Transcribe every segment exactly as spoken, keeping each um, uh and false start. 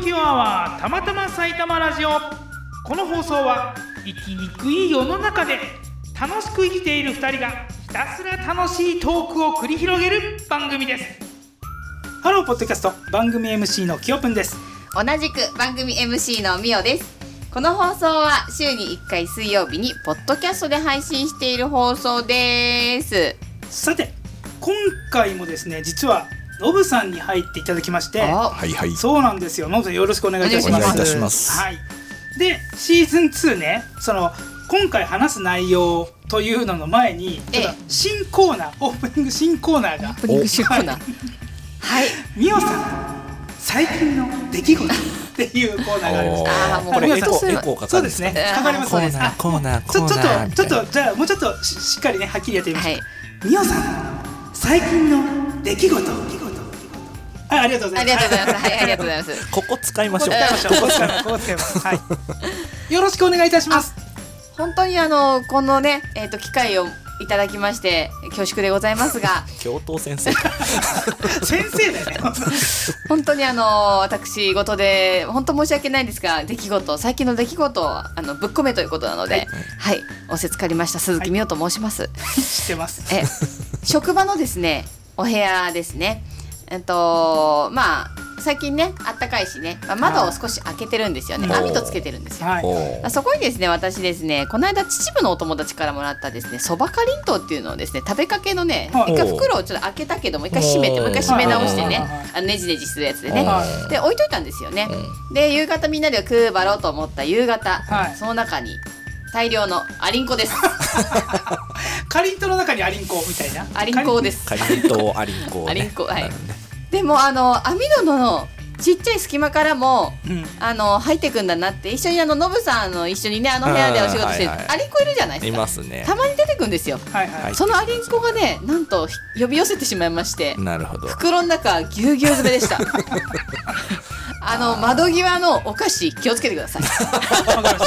キュアはたまたま埼玉ラジオ。この放送は生きにくい世の中で楽しく生きているふたりがひたすら楽しいトークを繰り広げる番組です。ハローポッドキャスト番組 エムシー のきよぷんです。 同じく番組 エムシー のみおです。この放送は週にいっかい水曜日にポッドキャストで配信している放送です。 さて今回もですね、実はノブさんに入っていただきまして、 はいはい、 そうなんですよ。ノブさんよろしくお願いいたします。 お願いいたします。 はい。でシーズンツーね、その今回話す内容というのの前に、 ええ、 新コーナー、オープニング新コーナーが、 オープニング新コーナー、はい、 みおさん最近の出来事っていうコーナーがありました。 あーもうこれエコーエコーかかるんですね。 そうですね。かかります。 コーナーコーナーちょコーナーちょっとちょっとじゃあもうちょっと し, しっかりねはっきりやってみましょう。 はい、 みおさん最近の出来事。はい、ありがとうございます。 ありがとうございます。はい、ありがとうございます。 ここ使いましょう。 ここ使いましょう。ここ使います。ここ使います。はい。よろしくお願いいたします。 本当にあのこのね、えーと機会をいただきまして恐縮でございますが教頭先生先生だよね本当にあの私事で本当申し訳ないんですが、出来事最近の出来事をあのぶっ込めということなので、はい、はい、おせつかりました鈴木美代と申します、はい、 知ってます。 え職場のですねお部屋ですね、えっとまあ最近ねあったかいしね、まあ、窓を少し開けてるんですよね。網戸つけてるんですよ、はい、そこにですね私ですねこの間秩父のお友達からもらったですねそばかりんとうっていうのをですね食べかけのね、はい、一回袋をちょっと開けたけども一回閉めてもう一回閉め直してね、あのネジネジするやつでね、で置いといたんですよね。で夕方みんなで食うばろうと思った夕方、はい、その中に大量のアリンコです。 かりんとうの中にアリンコみたいな。 アリンコです。 かりんとうアリンコ、ね、 アリンコ、はい。でもあの網戸のちっちゃい隙間からも、うん、あの入ってくんだなって、一緒にあのノブさんの一緒にねあの部屋でお仕事してるアリンコいるじゃないですか。いますね。たまに出てくんですよ。はいはい、そのアリンコがねなんと呼び寄せてしまいまして、なるほど。袋の中ぎゅうぎゅう詰めでした。あの窓際のお菓子気をつけてください。 わかりました。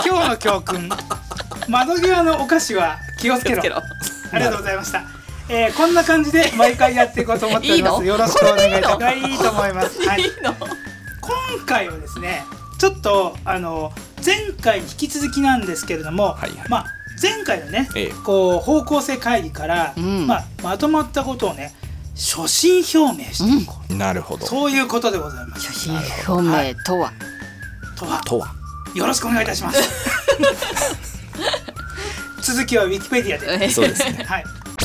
今日の教訓、窓際のお菓子は気をつけろ。ありがとうございました。えー、こんな感じで毎回やっていこうと思っております。いいよろしくお願いいたします。いいと思います。はい、いいの。今回はですねちょっとあの前回に引き続きなんですけれども、はいはい、まあ、前回のね、ええ、こう方向性会議から、うん、まあ、まとまったことをね所信表明していこう、うん、なるほど、そういうことでございます。 所信表明とは、はい、 とはとはよろしくお願いいたします。続きはウィキペディアで。 そうですね。 はい。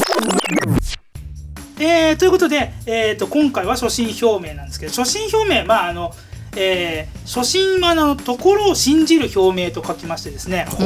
えー、ということで、えー、と今回は所信表明なんですけど、所信表明、まああのえー、所信はのところを信じる表明と書きましてですね、うん、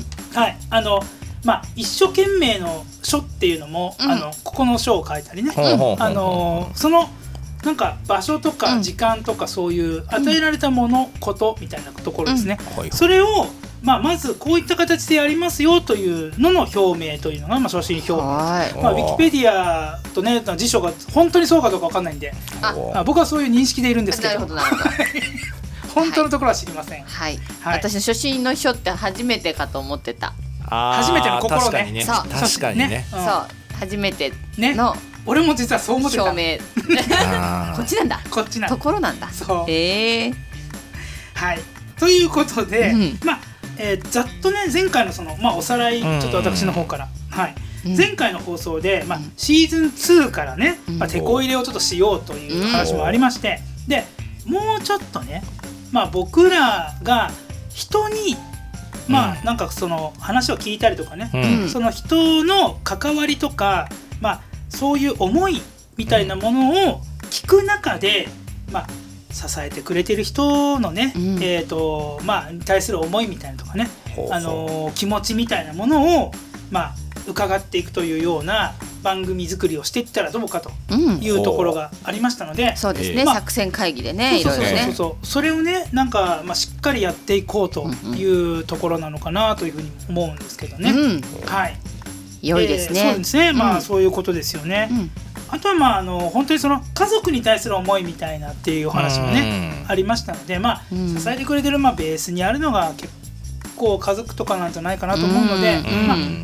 はい、あのまあ、一生懸命の書っていうのも、うん、あのここの書を書いたりね、うん、あのそのなんか場所とか時間とかそういう与えられたもの、うん、ことみたいなところですね、うん、それをまあ、まずこういった形でやりますよというのの表明というのが、まあ、所信表明、まあ、ウィキペディアとね辞書が本当にそうかどうか分かんないんで、あ、僕はそういう認識でいるんですけど、なるほどなるほど。本当のところは知りません。はい、 はい、私の所信の書って初めてかと思ってた。 初めての心ね。 確かにね。 そう確かにね、 ね、うん、そう初めての、ね、 俺も実はそう思ってた。 表明こっちなんだ。 こっちなんだ。 ところなんだ。 そう。 へー。 はい。ということで、うん、まあえー、ざっとね前回のその、まあ、おさらいちょっと私の方から、はい、うん、前回の放送で、まあ、シーズンツーからね、うん、まあ、手こ入れをちょっとしようという話もありまして、うん、でもうちょっとね、まあ、僕らが人にまあなんかその話を聞いたりとかね、うん、その人の関わりとか、まあ、そういう思いみたいなものを聞く中で、まあ支えてくれてる人のね、うん、えーとまあ、に対する思いみたいなとかね、ほうほう、あのー、気持ちみたいなものを、まあ、伺っていくというような番組作りをしていったらどうかというところがありましたので、うん、 そうですね、まあ、作戦会議でね、いろいろね、 そうそうそう、それをねなんか、まあ、しっかりやっていこうというところなのかなというふうに思うんですけどね、うん、はい、 良いですね、 えー、そうですね、まあ、うん、そういうことですよね、うん、あとはまああの本当にその家族に対する思いみたいなっていうお話もねありましたので、まあ、支えてくれてるまあベースにあるのが結構家族とかなんじゃないかなと思うので、まあ、ただ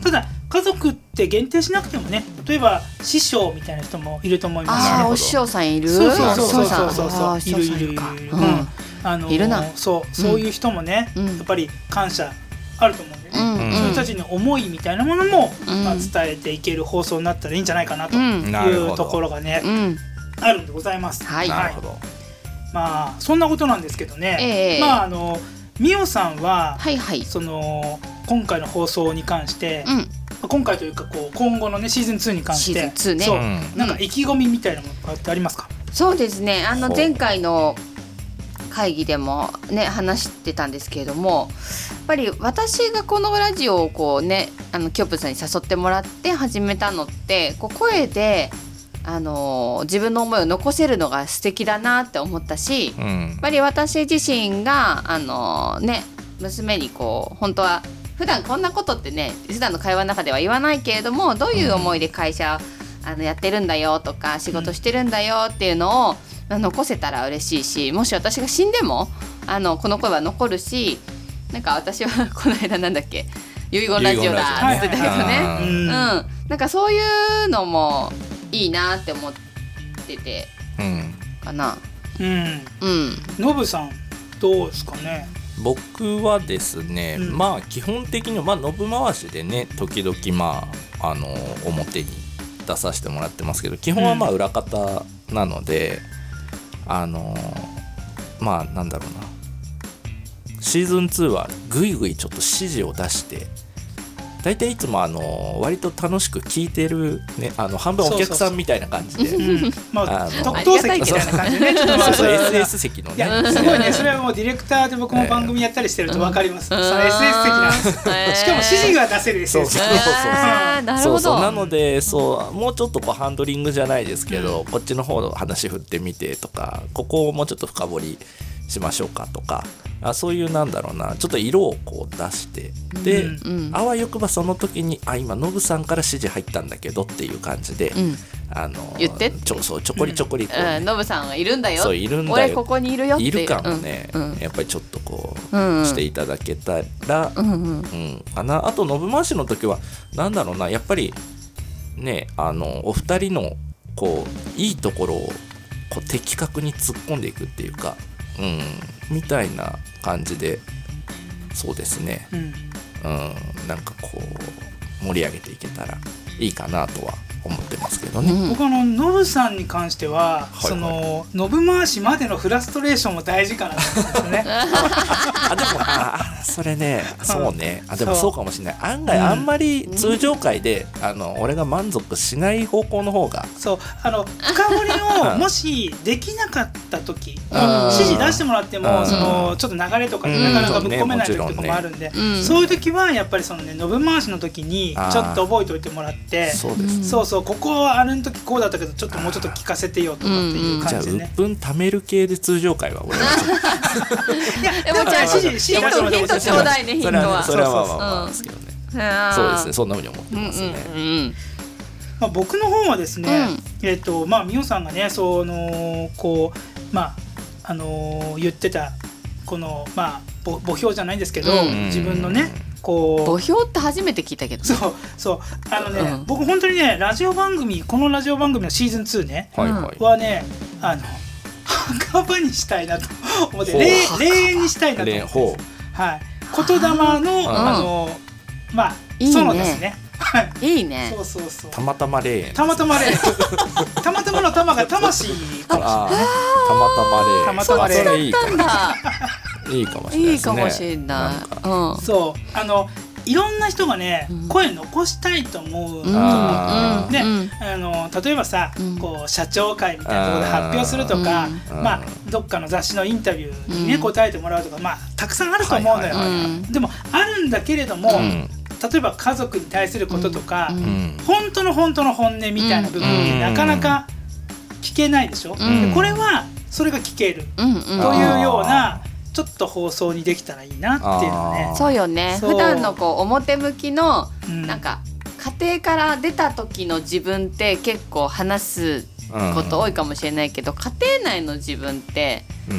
家族って限定しなくてもね、例えば師匠みたいな人もいると思いますし、ね、 ああお師匠さんいる。 そうそうそうそうそうそういるいるいる、 うん、 あのいるな。 そうそういう人もね、うん、やっぱり感謝あると思うんでね、うんうん、そういう人たちの思いみたいなものも、うんまあ、伝えていける放送になったらいいんじゃないかなというところがね、うん、あるんでございます。 はい、 はい、 なるほど。 まあそんなことなんですけどね、えー、まああのみおさんは、はいはい、その今回の放送に関して、うん、今回というかこう今後のねシーズンツーに関して、 シーズンツーね、 そう、うん、なんか意気込みみたいなものってありますか？ そうですね、あの前回の会議でもね話してたんですけれども、やっぱり私がこのラジオをこうねあのキョップさんに誘ってもらって始めたのってこう声であの自分の思いを残せるのが素敵だなって思ったし、うん、やっぱり私自身があのね娘にこう本当は普段こんなことってね普段の会話の中では言わないけれども、どういう思いで会社、うん、あのやってるんだよとか仕事してるんだよっていうのを残せたら嬉しいし、もし私が死んでもあのこの声は残るし、なんか私はこの間なんだっけ遺言ラジオだって言ってたけどね、うん、なんかそういうのもいいなって思ってて、うん、かな。 うん。うん。ノブさんどうですかね。 僕はですね、うん、まあ基本的にはまあノブ回しでね時々まああの表に出させてもらってますけど、基本はまあ裏方なので、うん、あのまあなんだろうな、シーズンツーはぐいぐいちょっと指示を出して。大体いつもあの割と楽しく聞いてる、ね、あの半分お客さんみたいな感じで、 特等席みたいな感じでね、ちょっとそうそう エスエス 席のね、 いやすごいね、それはもうディレクターで僕も番組やったりしてると分かります、うん、その エスエス 席なんです、えー、しかも指示が出せる エスエス 席、 そうそうなのでそうもうちょっとこうハンドリングじゃないですけど、うん、こっちの方の話振ってみてとか、ここをもうちょっと深掘りしましょうかとか、あそういうなんだろうなちょっと色をこう出してで、うんうん、あわよくばその時にあ今ノブさんから指示入ったんだけどっていう感じで、うん、あの言ってちょそうちょこりちょこりこう、ねうん、ノブさんはいるんだよ、 そういるんだよ俺ここにいるよっているかもね、うんうん、やっぱりちょっとこう、うんうん、していただけたら、うんうんうん、かな。あとノブ回しの時はなんだろうなやっぱりねあのお二人のこういいところをこう的確に突っ込んでいくっていうか、うん、みたいな感じでそうですね、うんうん、なんかこう盛り上げていけたらいいかなとは思ってますけどね、うん、 僕あのノブさんに関しては、はいはい、そのノブ回しまでのフラストレーションも大事かなと思うんですよねあでもあそれねそうねあでもそうかもしれない、案外あんまり通常回で、うん、あの俺が満足しない方向の方がそうあの深掘りをもしできなかった時、うん、指示出してもらっても、うん、そのちょっと流れとかでなかなかぶっ込めない時とかもあるんで、うんね、そういう時はやっぱりそのねノブ回しの時にちょっと覚えておいてもらってそうですねそうそうここはあれの時こうだったけどちょっともうちょっと聞かせてよとかっていう感じでね、 じゃあうっぷん貯める系で通常回は俺はいやでもじゃあヒントヒントちょうだいねヒントはそれはまあまあまあですけどね、うん、そうですねそんな風に思ってますね、うんうんうんまあ、僕の方はですね、うん、えっとまあみおさんがねそのこうまああのー、言ってたこのまあ墓標じゃないんですけど、うん、自分のねこう墓標って初めて聞いたけど、ね、 そうそうあのね、うん、僕本当にねラジオ番組このラジオ番組のシーズンツーね、はいはい、はねあの墓場にしたいなと思って霊園にしたいなと思って、はい、言霊のあのまあそのですねいいねそうそうそうたまたま霊園たまたま霊園たまたまの玉が魂かもしれないねたまたま霊園たまたま霊園そっちだったんだいいかもしれないですね。 いいかもしれない。うん、 そうあのいろんな人がね、うん、声残したいと思うと思う、うん、で、うん、あの例えばさ、うん、こう社長会みたいなところで発表するとか、まあどっかの雑誌のインタビューにね、うん、答えてもらうとか、まあたくさんあると思うのよ。はいはいはい、でもあるんだけれども、うん、例えば家族に対することとか、うん、本当の本当の本音みたいな部分ってなかなか聞けないでしょ。うん、でこれはそれが聞ける、うん、というような。ちょっと放送にできたらいいなっていうのね。 そうよね。普段のこう表向きの、うん、なんか家庭から出た時の自分って結構話すこと多いかもしれないけど、うん、家庭内の自分って、うん、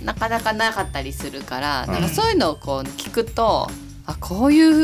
なかなかなかったりするから、うん、なんかそういうのをこう聞くとあこういう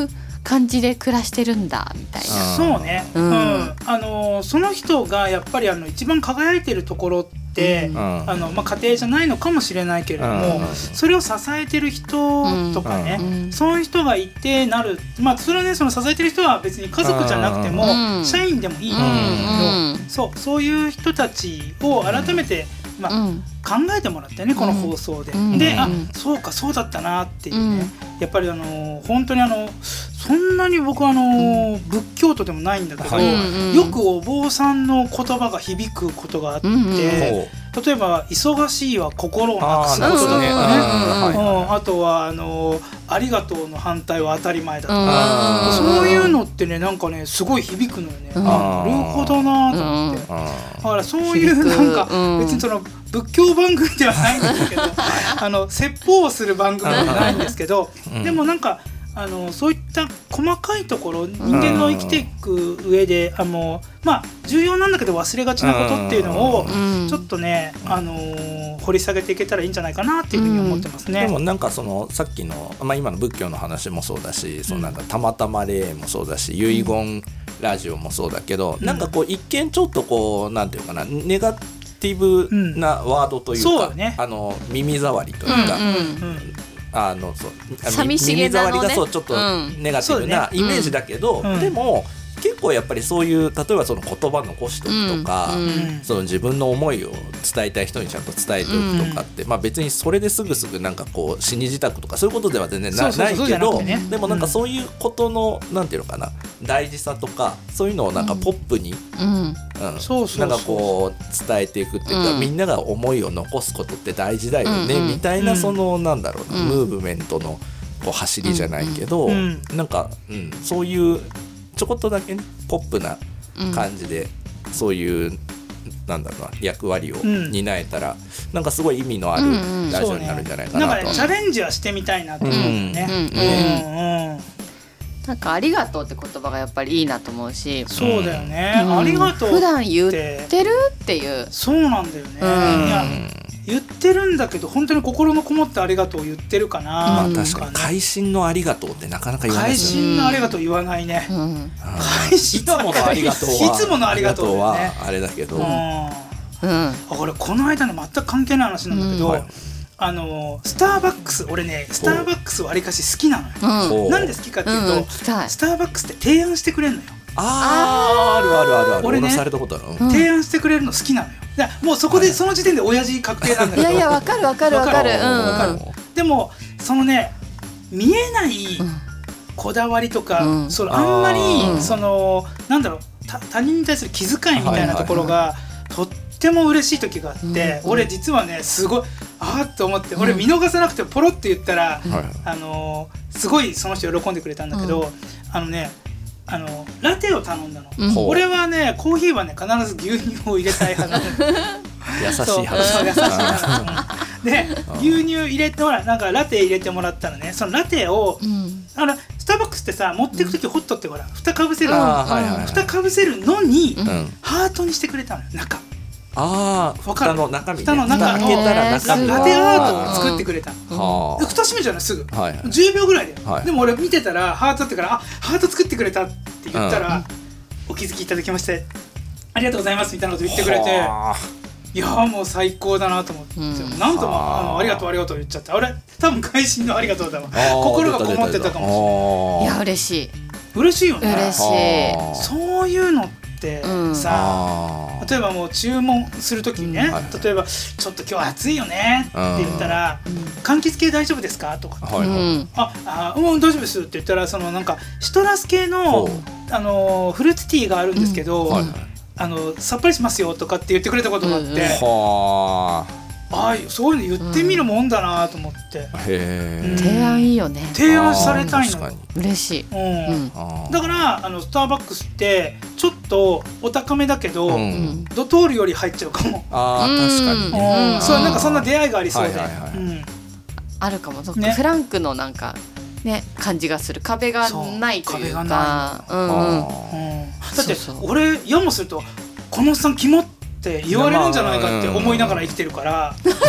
感じで暮らしてるんだみたいな。 そうね、うんうん、あのその人がやっぱりあの一番輝いてるところって、うん、あのまあ、家庭じゃないのかもしれないけれども、うん、それを支えてる人とかね、うん、そういう人がいてなる、まあ、それはねその支えてる人は別に家族じゃなくても、うん、社員でもいいと思うんだけど、そう、そういう人たちを改めて、まあうん、考えてもらってねこの放送で、うん、で、うん、あそうかそうだったなっていうね、うん、やっぱりあの本当にあのそんなに僕はあの、うん、仏教徒でもないんだけど、はい、よくお坊さんの言葉が響くことがあって、うん、例えば忙しいは心をなくすことだとかね、あ, あとはあのありがとうの反対は当たり前だとか、そういうのってねなんかねすごい響くのよね。あ、なるほどなと思って、だからそういうなんか別にその仏教番組ではないんですけどあの説法をする番組ではないんですけど、でもなんかあのそういった細かいところ人間の生きていく上であの、まあ、重要なんだけど忘れがちなことっていうのをちょっとね、あのー、掘り下げていけたらいいんじゃないかなっていうふうに思ってますね。 でもなんかそのさっきの、まあ、今の仏教の話もそうだし、そのなんかたまたま霊もそうだし遺言ラジオもそうだけど、うん、なんかこう一見ちょっとこうなんていうかなネガティブなワードというか、うんね、あの耳障りというか、うんうんうん、あのそう寂しげなのね、 耳障りがそうちょっとネガティブなイメージだけど、うん、でも結構やっぱりそういう例えばその言葉残しておくとか、うん、その自分の思いを伝えたい人にちゃんと伝えておくとかって、うん、まあ別にそれですぐすぐなんかこう死に自宅とかそういうことでは全然 な, ないけど、ね、でもなんかそういうことのなんていうのかな大事さとかそういうのをなんかポップになんかこう伝えていくっていうか、うん、みんなが思いを残すことって大事だよね、うん、みたいなそのなんだろうな、うん、ムーブメントのこう走りじゃないけど、うん、なんか、うん、そういうちょこっとだけ、ね、ポップな感じで、うん、そういうなんだろうな役割を担えたら、うん、なんかすごい意味のあるラジオになるんじゃないかなと、 うんうんね、なんかねチャレンジはしてみたいなと思うよね。 なんかありがとうって言葉がやっぱりいいなと思うし、 そうだよね、うん、ありがとうって普段言ってるっていう、 そうなんだよね、うん、いや言ってるんだけど本当に心のこもってありがとうを言ってるかな、 まあ、確かに会心のありがとうってなかなか言わないですよね。会心のありがとう言わないね、うん、会心のありがとうはいつものありがとうは、ね、 あれだけど、うんうん、これこの間の全く関係ない話なんだけど、うんはい、あのスターバックス俺ねスターバックスわりかし好きなのよ、うん、なんで好きかっていうと、うん、スターバックスって提案してくれるのよ。 あーあるあるあるある俺ね、 されたことある、 うん、提案してくれるの好きなのよ。だもうそこで、はい、その時点で親父確定なんだけどいやいやわかるわかるわかる、うんうん、 でもそのね見えないこだわりとか、うん、そのあんまり、うん、そのなんだろう他人に対する気遣いみたいなところが、はいはいはい、とっても嬉しい時があって、うん、俺実はねすごいあーって思って、うん、俺見逃さなくてポロって言ったら、うん、あのすごいその人喜んでくれたんだけど、うん、あのねあのラテを頼んだの、うん、俺はねコーヒーはね必ず牛乳を入れたい派なの優しい話優しい話で牛乳入れてほらなんかラテ入れてもらったらねそのラテを、うん、あのスターバックスってさ持ってくときホットってほら蓋かぶせる、うん、蓋かぶせるのに、うん、ハートにしてくれたのよ中。 ああ、蓋の中身ね。 蓋の中の開けたら中身ラテアートを作ってくれたの。蓋閉めちゃうのすぐ、はいはい、じゅうびょうぐらいで、はい、でも俺見てたらハートってからあハート作ってくれたって言ったら、うん、お気づきいただきましてありがとうございますみたいなこと言ってくれていやもう最高だなと思って、うん、なんともあのありがとうありがとう言っちゃった俺多分会心のありがとうだわ心がこもってたかもしれない。 いや嬉しい嬉しいよね。 嬉しい。 そういうのってさ、うん、例えばもう注文するときにね、うん、例えばちょっと今日暑いよねって言ったら、うん、柑橘系大丈夫ですかとか、はいはい、ああうん大丈夫ですって言ったらそのなんかシトラス系の、あのフルーツティーがあるんですけど、うんはいはい、あのさっぱりしますよとかって言ってくれたことがあって、うん、はあそういうの言ってみるもんだなと思って、うん、 へー提案いいよね。 提案されたいの嬉しい、 うんうん、だからあのスターバックスってちょっとお高めだけど、うん、ドトールより入っちゃうかも。 あ確かにね、 うん、そうなんかそんな出会いがありそうで、はいはいはいうん、 あるかも、ね、フランクのなんかね感じがする。壁がないというか、壁がない、うんうんうん、 だって俺やもするとこのおっさんキモって言われるんじゃないかって思いながら生きてるから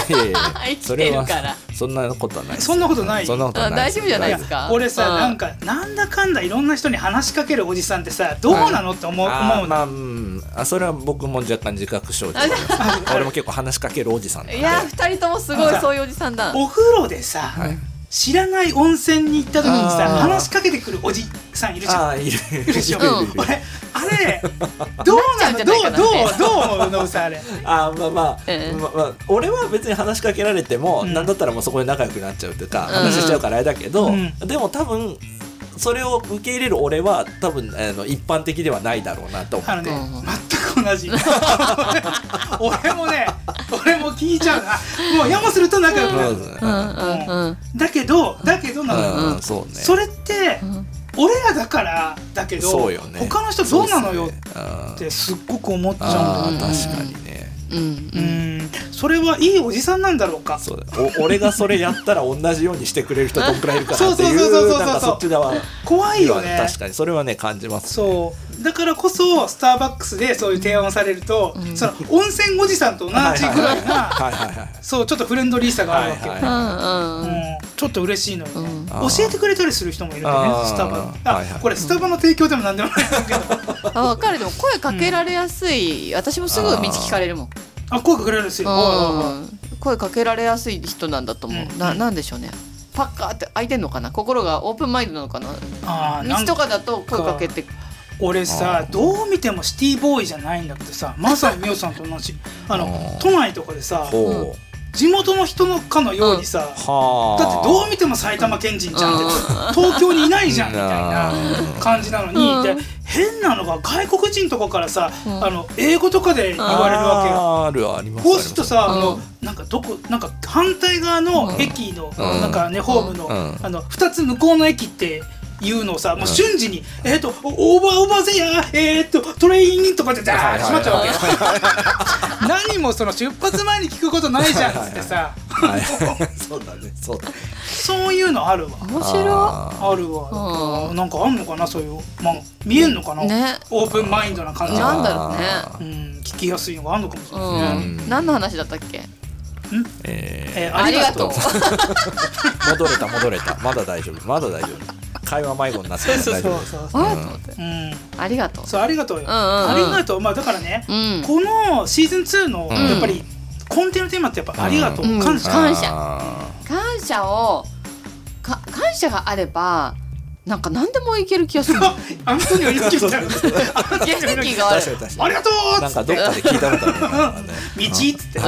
いやいや生きてるからそんなことはない。 そんなことない。 そんなことない。 大丈夫じゃないですか。 俺さ、なんかなんだかんだいろんな人に話しかけるおじさんってさ、どうなのって思う思うの。 まあ、うん、あ、それは僕も若干自覚症状。俺も結構話しかけるおじさんだ。 いや二人ともすごいそういうおじさんだ。 お風呂でさ、はい、知らない温泉に行った時にさ、話しかけてくるおじさんいるじゃん。 あ、いるいるでしょ。俺あれどうなの、どうどうどう思うのさあれ。 あ、まあまあ、うん、まあ、まあ、俺は別に話しかけられても、うん、なんだったらもうそこで仲良くなっちゃうというか、うん、話しちゃうからあれだけど、うん、でも多分それを受け入れる俺は多分あの一般的ではないだろうなと思って。 あのね、全く同じ。俺もね、俺も聞いちゃうな。もうやもすると仲良くなる。だけどだけどなの、うん、そうね、それって、うん、俺らだからだけど、そうよね、他の人どうなのよってすっごく思っちゃうんだよね。 確かにね。 うんうん、それはいいおじさんなんだろうか。 そうだ、お俺がそれやったら同じようにしてくれる人どんくらいいるかなっていう、なんかそっち側怖いよね。 確かにそれはね感じます、 ね、そうだからこそスターバックスでそういう提案をされると、うん、その温泉おじさんと同じぐらいなそうちょっとフレンドリーさがあるわけよ、はいはいはい、うん、ちょっと嬉しいのよね、うん、教えてくれたりする人もいるんだよね、スタバ。あ、はいはい、これスタバの提供でもなんでもないんだけどあ、分かる。でも声かけられやすい、うん、私もすぐ道聞かれるもん。 あ、声かけられるんですよ、 うん、声かけられやすい人なんだと思う、うん、な, なんでしょうね。パッカーって開いてんのかな、心がオープンマインドなのかな。あ、道とかだと声かけて。 俺さ、どう見てもシティボーイじゃないんだけどさ、まさにみおさんと同じあの都内とかでさ、地元の人のかのようにさ、うん、だってどう見ても埼玉県人じゃんって、うん、東京にいないじゃんみたいな感じなのに、うん、で変なのが外国人とかからさ、うん、あの英語とかで言われるわけよ。 あるあります。 こうするとさ、うん、あのなんかどこなんか反対側の駅の、うん、なんかねホームの、うん、あのふたつ向こうの駅っていうのをさ、もう瞬時に、うん、えっとオーバーオーバーゼアえー、っとトレインとかでダーッ閉まっちゃうわけ。何もその出発前に聞くことないじゃんっつってさ。 そうだね、そうだね。 そういうのあるわ。 面白い。 あるわ。うん、なんかあんのかな、そういう、まあ、見えんのかな、ね、オープンマインドな感じ。 なんだろうね。 うん、聞きやすいのがあるのかもしれないね。 うん、何の話だったっけ？ んえー、ありがとう。 戻れた戻れた、まだ大丈夫まだ大丈夫。会話迷子になってる。 そうそうそうそう。 ありがとう。 そう、ありがとうよ。ありがとう。まあだからね、このシーズンツーのやっぱり根底のテーマってやっぱありがとう、感謝、 感謝、感謝をか感謝があれば。なんか何でもいける気がする。 アントニオ猪木みたいな。 元気がある。 ありがとう。 なんかどっかで聞いたことある。 道っつって。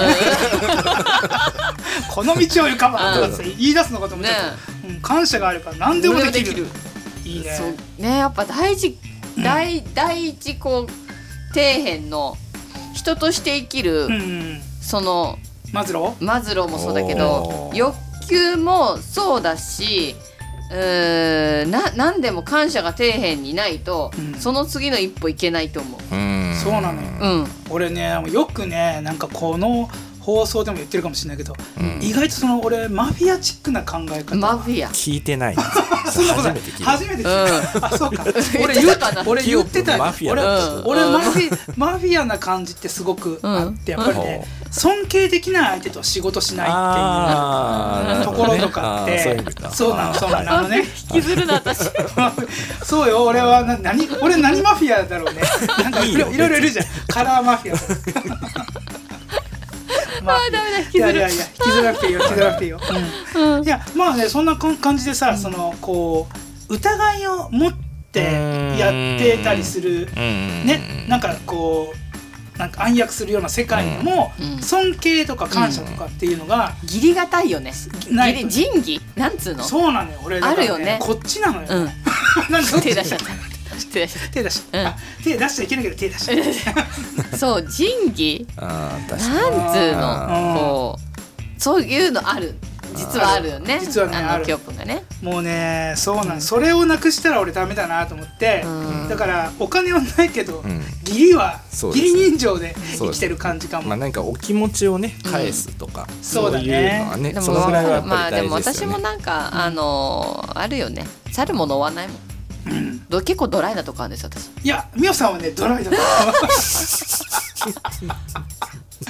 この道を行かばとか言い出すのかと思っちゃった。感謝があれば何でもできる。いいね。 ね、やっぱ大事大第一こう底辺の人として生きるそのマズローマズローもそうだけど欲求もそうだし。うーんな何でも感謝が底辺にないと、うん、その次の一歩いけないと思う。 うんそうなのよ、うん、俺ねよくねなんかこの放送でも言ってるかもしれないけど、うん、意外とその俺マフィアチックな考え方マフィア聞いてないそんなことない初めて聞いた、うん、あそうか俺言俺言ってたマフィア俺、うん、俺マフィマフィアな感じってすごくあって、うん、やっぱりね、うん、尊敬できない相手と仕事しないっていうところとかって、ね、そうなのそうなのあのね引きずるな私そうよ俺はな何俺何マフィアだろうねなんかいろいろいるじゃんカラーマフィアまあ、あダメだ引きずる。いやいやいや引きずらなくていいよ引きずらなくていいよ、うんうん、いやまあねそんな感じでさ、うん、そのこう疑いを持ってやってたりするねなんかこうなんか暗躍するような世界でも、うん、尊敬とか感謝とかっていうのが義理がたいよね。義理仁義なんつうのそうなのよ俺だから、ね、あるよねこっちなのよ、うん、 なんか手出しちゃった手出し手出し、うん、あ手出しちゃいけないけど手出しちゃそう仁義なんつうのこうそういうのある実はあるよね実はねあのキョップがねもうねそうなん、うん、それをなくしたら俺ダメだなと思って、うん、だからお金はないけど、うん、義理は義理人情で生きてる感じかも、 まあなんかお気持ちをね返すとか、うん、 そういうのはねそのぐらいはやっぱり大事ですよね。まあでも私もなんかあのー、あるよね去るもの追わないもん。うん、結構ドライなとこあるんです私。 いやみおさんはねドライだとマ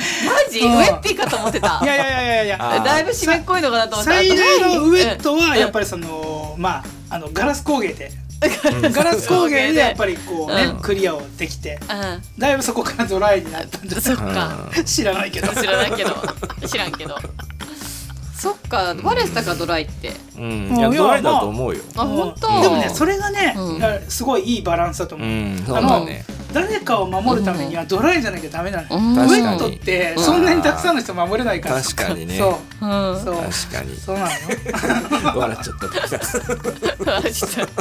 ジウエッティかと思ってた。 いやいやいやいやいや、 だいぶ締めっこいのかなと思った。 最大のウエットはやっぱりその、まああのガラス工芸でガラス工芸でやっぱりこうね、うん、クリアをできて、うん、だいぶそこからドライになったんじゃないか。知らないけど知らないけど知らんけどそっか、バレしたかドライって。 うん、いやドライだと思うよ。 あ、本当。 でもね、それがね、すごいいいバランスだと思う。あの誰かを守るためにはドライじゃなきゃダメなの。ウエットってそんなにたくさんの人守れないから。 確かにね。 そう。 そう。確かに。 そうなの。 笑っちゃった。 笑っちゃった。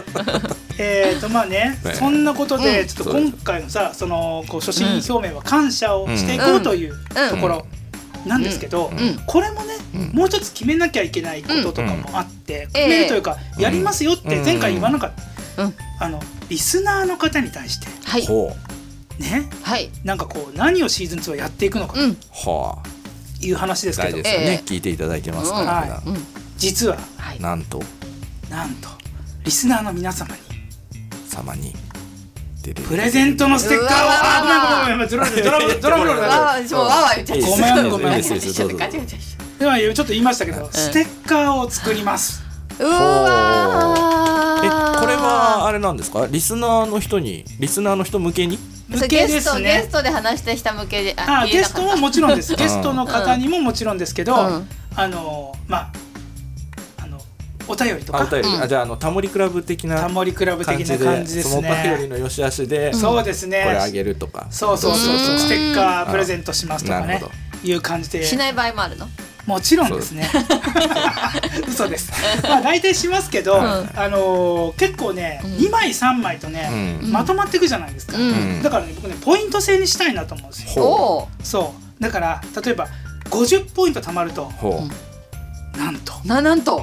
えっとまあね、そんなことでちょっと今回のさ、そのこう初心表明は感謝をしていこうというところなんですけど、これもね。もう一つ決めなきゃいけないこととかもあって、決めるというかやりますよって前回言わなかった、あのリスナーの方に対してね、なんかこう何をシーズンツーはやっていくのかという話ですけど、 聞いていただいてますから、 実はなんとなんとリスナーの皆様に様にプレゼントのステッカーを、あ、ごめんごめんごめん、ドラムドラムドラムロールだ。ごめんごめん。ではちょっと言いましたけど、ステッカーを作ります。 うわ。 え、これはあれなんですか？リスナーの人に、リスナーの人向けに？ 向けですね。 ゲストで話した人向けで。 あ、ゲストももちろんです。ゲストの方にももちろんですけど、あのまあ。お便りとか、 あ、じゃあ、あのタモリクラブ的なタモリクラブ的な感じですね。 そのパよりの良し悪しで、 そうですね。 これあげるとか、 そうそうそうそう、ステッカープレゼントしますとかね、いう感じで。 しない場合もあるの？ もちろんですね。嘘です。まあ大体しますけど、あの結構ね、にまいさんまいとねまとまっていくじゃないですか。だからね、僕ねポイント制にしたいなと思うんですよ。そう。だから例えばごじゅうポイント貯まると、なんとななんと。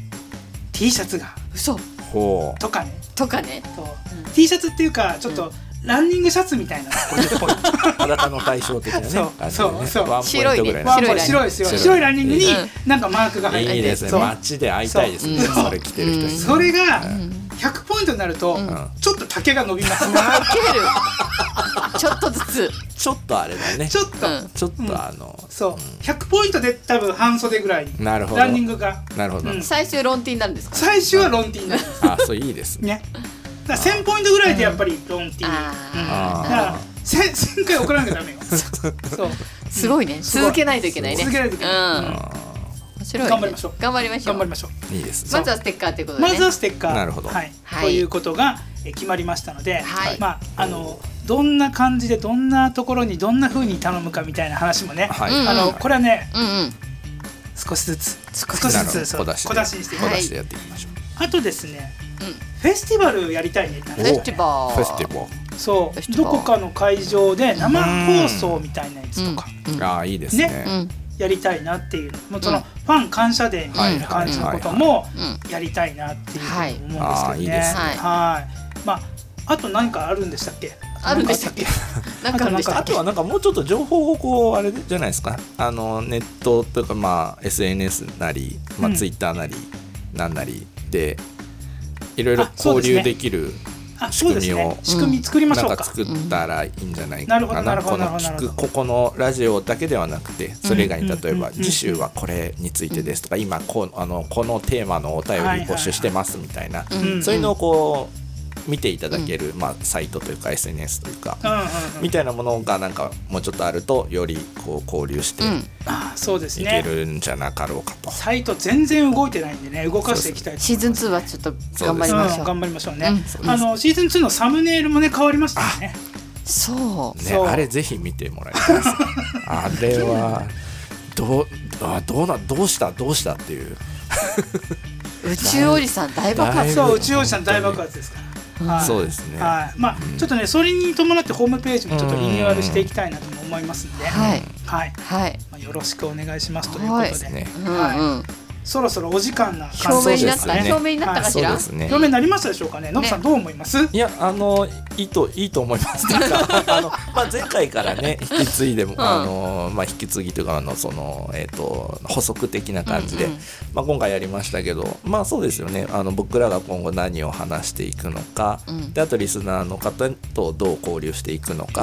T シャツが嘘とかねとかね、 うん、T シャツっていうかちょっとランニングシャツみたいなごじゅっポイント裸の対象的なね。 そうそうそう、 白いね、 白い白いですよ。白いランニングになんかマークが入ってて、 いいですね。街で会いたいですね。それ着てる人に。 それがひゃくポイントになるとちょっと丈が伸びます。 伸びる。ちょっとずつ。 ちょっとあれだね。 ちょっとちょっとあのそうひゃくポイントで多分半袖ぐらい。 なるほど。 ランニングが。 なるほど。 最終ロンティーになるんですか？ 最終はロンティーになる。 あ、そういいですね。 だせんポイントぐらいでやっぱりロンティー。だからせんかい送らなきゃダメよ。 そう。すごいね。続けないといけないね。 続けないといけない。 面白い。 頑張りましょう。 頑張りましょう。 頑張りましょう。 いいです。 まずはステッカーということで。 まずはステッカー。 なるほど。 はい。ということが決まりましたので、まああのどんな感じでどんなところにどんな風に頼むかみたいな話もね、あのこれはね、少しずつ少しずつ小出しにして小出しでやっていきましょう。 あとですね、フェスティバルやりたいね。 フェスティバル。 フェスティバル。 そう。どこかの会場で生放送みたいなやつとか。 ああ、いいですね。 やりたいなっていう、もうそのファン感謝デーみたいな感じのこともやりたいなっていうふうに思うんですけどね。はい。まああと何かあるんでしたっけ？ あるんでしたっけ？なんかあるんでしたっけ？ あとはなんかもうちょっと情報をこうあれじゃないですか。あのネットというかまあ エスエヌエス なり、まあツイッターなりなんなりでいろいろ交流できる仕組みを仕組み作りましょうか。 なんか作ったらいいんじゃないかな。この聞くここのラジオだけではなくて、それ以外に例えば次週はこれについてですとか、今こあのこのテーマのお便り募集してますみたいな、そういうのをこう見ていただける、まあ、サイトというか エスエヌエス というか、みたいなものがなんかもうちょっとあるとよりこう交流していけるんじゃなかろうかと。 サイト全然動いてないんでね、動かしていきたい。 シーズンツーはちょっと頑張りましょう。 頑張りましょうね。あのシーズンツーのサムネイルもね変わりましたね。 そうね、あれぜひ見てもらいたいです。あれはどうあどうなどうしたどうしたっていう。 宇宙おじさん大爆発。 そう、宇宙おじさん大爆発ですから。 そうですね。 はい。まあちょっとねそれに伴ってホームページもちょっとリニューアルしていきたいなと思いますんで、はいはいはい。まあよろしくお願いしますということで、はい。そろそろお時間な感じですね。表明になったかしら。 表明になりましたでしょうかね。ノブさんどう思います？ いやあのいいといいと思います。あのまあ前回からね引き継いでもあのまあ引き継ぎというかあのそのえっと補足的な感じでまあ今回やりましたけど、まあそうですよね。あの僕らが今後何を話していくのか、であとリスナーの方とどう交流していくのか、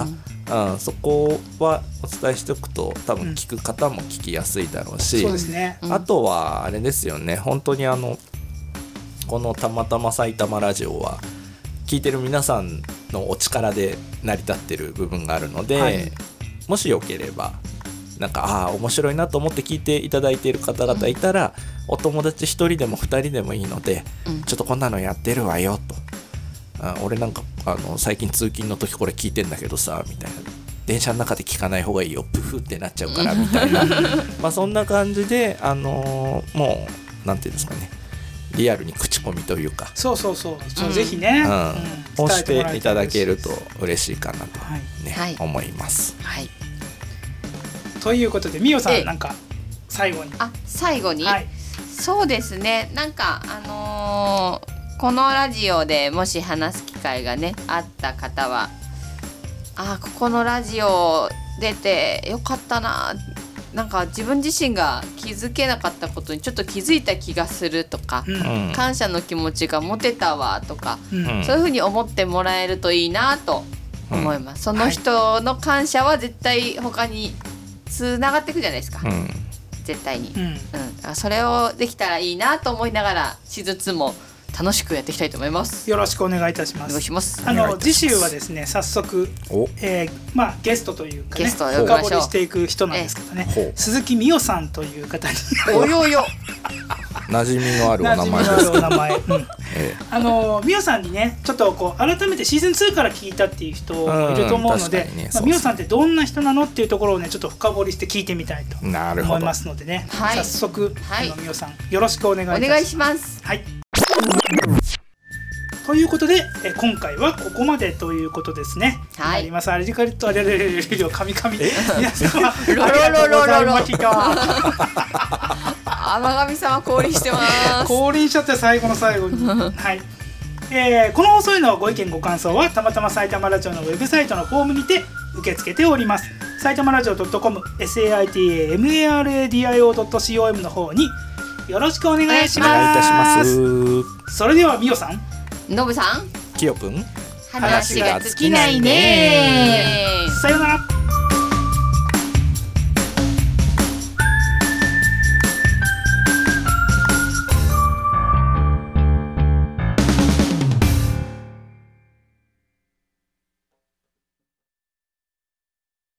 うん、そこはお伝えしておくと多分聞く方も聞きやすいだろうし、 うん、そうですね、 あとはあれですよね、本当にあのこのたまたま埼玉ラジオは聞いてる皆さんのお力で成り立ってる部分があるので、はい、もしよければなんかああ面白いなと思って聞いていただいている方々いたら、うん、お友達ひとりでもふたりでもいいので、うん、ちょっとこんなのやってるわよと、あ俺なんかあの最近通勤の時これ聞いてんだけどさみたいな、電車の中で聞かない方がいいよプフってなっちゃうからみたいなまあそんな感じで、あのー、もうなんていうんですかね、リアルに口コミというか、 そうそうそう、うん、ぜひね、 うん、押していただけると嬉しいかなと、ね、 はい、 思います、 はい、 ということでみおさんなんか最後にあ最後に、はい、そうですね、なんかあのー、このラジオでもし話す機会がねあった方は、あここのラジオ出てよかったな、なんか自分自身が気づけなかったことにちょっと気づいた気がするとか、うん、感謝の気持ちが持てたわとか、うん、そういうふうに思ってもらえるといいなと思います、うん、その人の感謝は絶対他につながっていくじゃないですか、うん、絶対に、うんうん、それをできたらいいなと思いながらシーズンツーも楽しくやっていきたいと思います。 よろしくお願いいたします。 お願いします。 あの次週はですね、早速、えー、まあゲストというかね、 ゲストを深掘りしていく人なんですけどね、ええ、鈴木美代さんという方におよよ馴染みのあるお名前です。 馴染みのあるお名前、うんええ、あの美代さんにねちょっとこう改めてシーズンツーから聞いたっていう人もいると思うので、ね、まあ、美代さんってどんな人なのっていうところをねちょっと深掘りして聞いてみたいと思いますのでね、はい、早速、はい、あの美代さんよろしくお願いいたします。 お願いします。 はい。ということでえ今回はここまでということですね。はい。あります。あれじかりとあれれれれれ神々皆様ありがとうございました。 天神さんは降臨してます。 降臨しちゃって最後の最後に。はい。えー、この放送へのご意見ご感想はたまたま埼玉ラジオのウェブサイトのフォームにて受け付けております。埼玉ラジオ .com サイタマラディオ ドットコム の方によろしくお願いします。お願いいたします。それではみおさん、 のぶさん、 きよぷん、 話が尽きないね。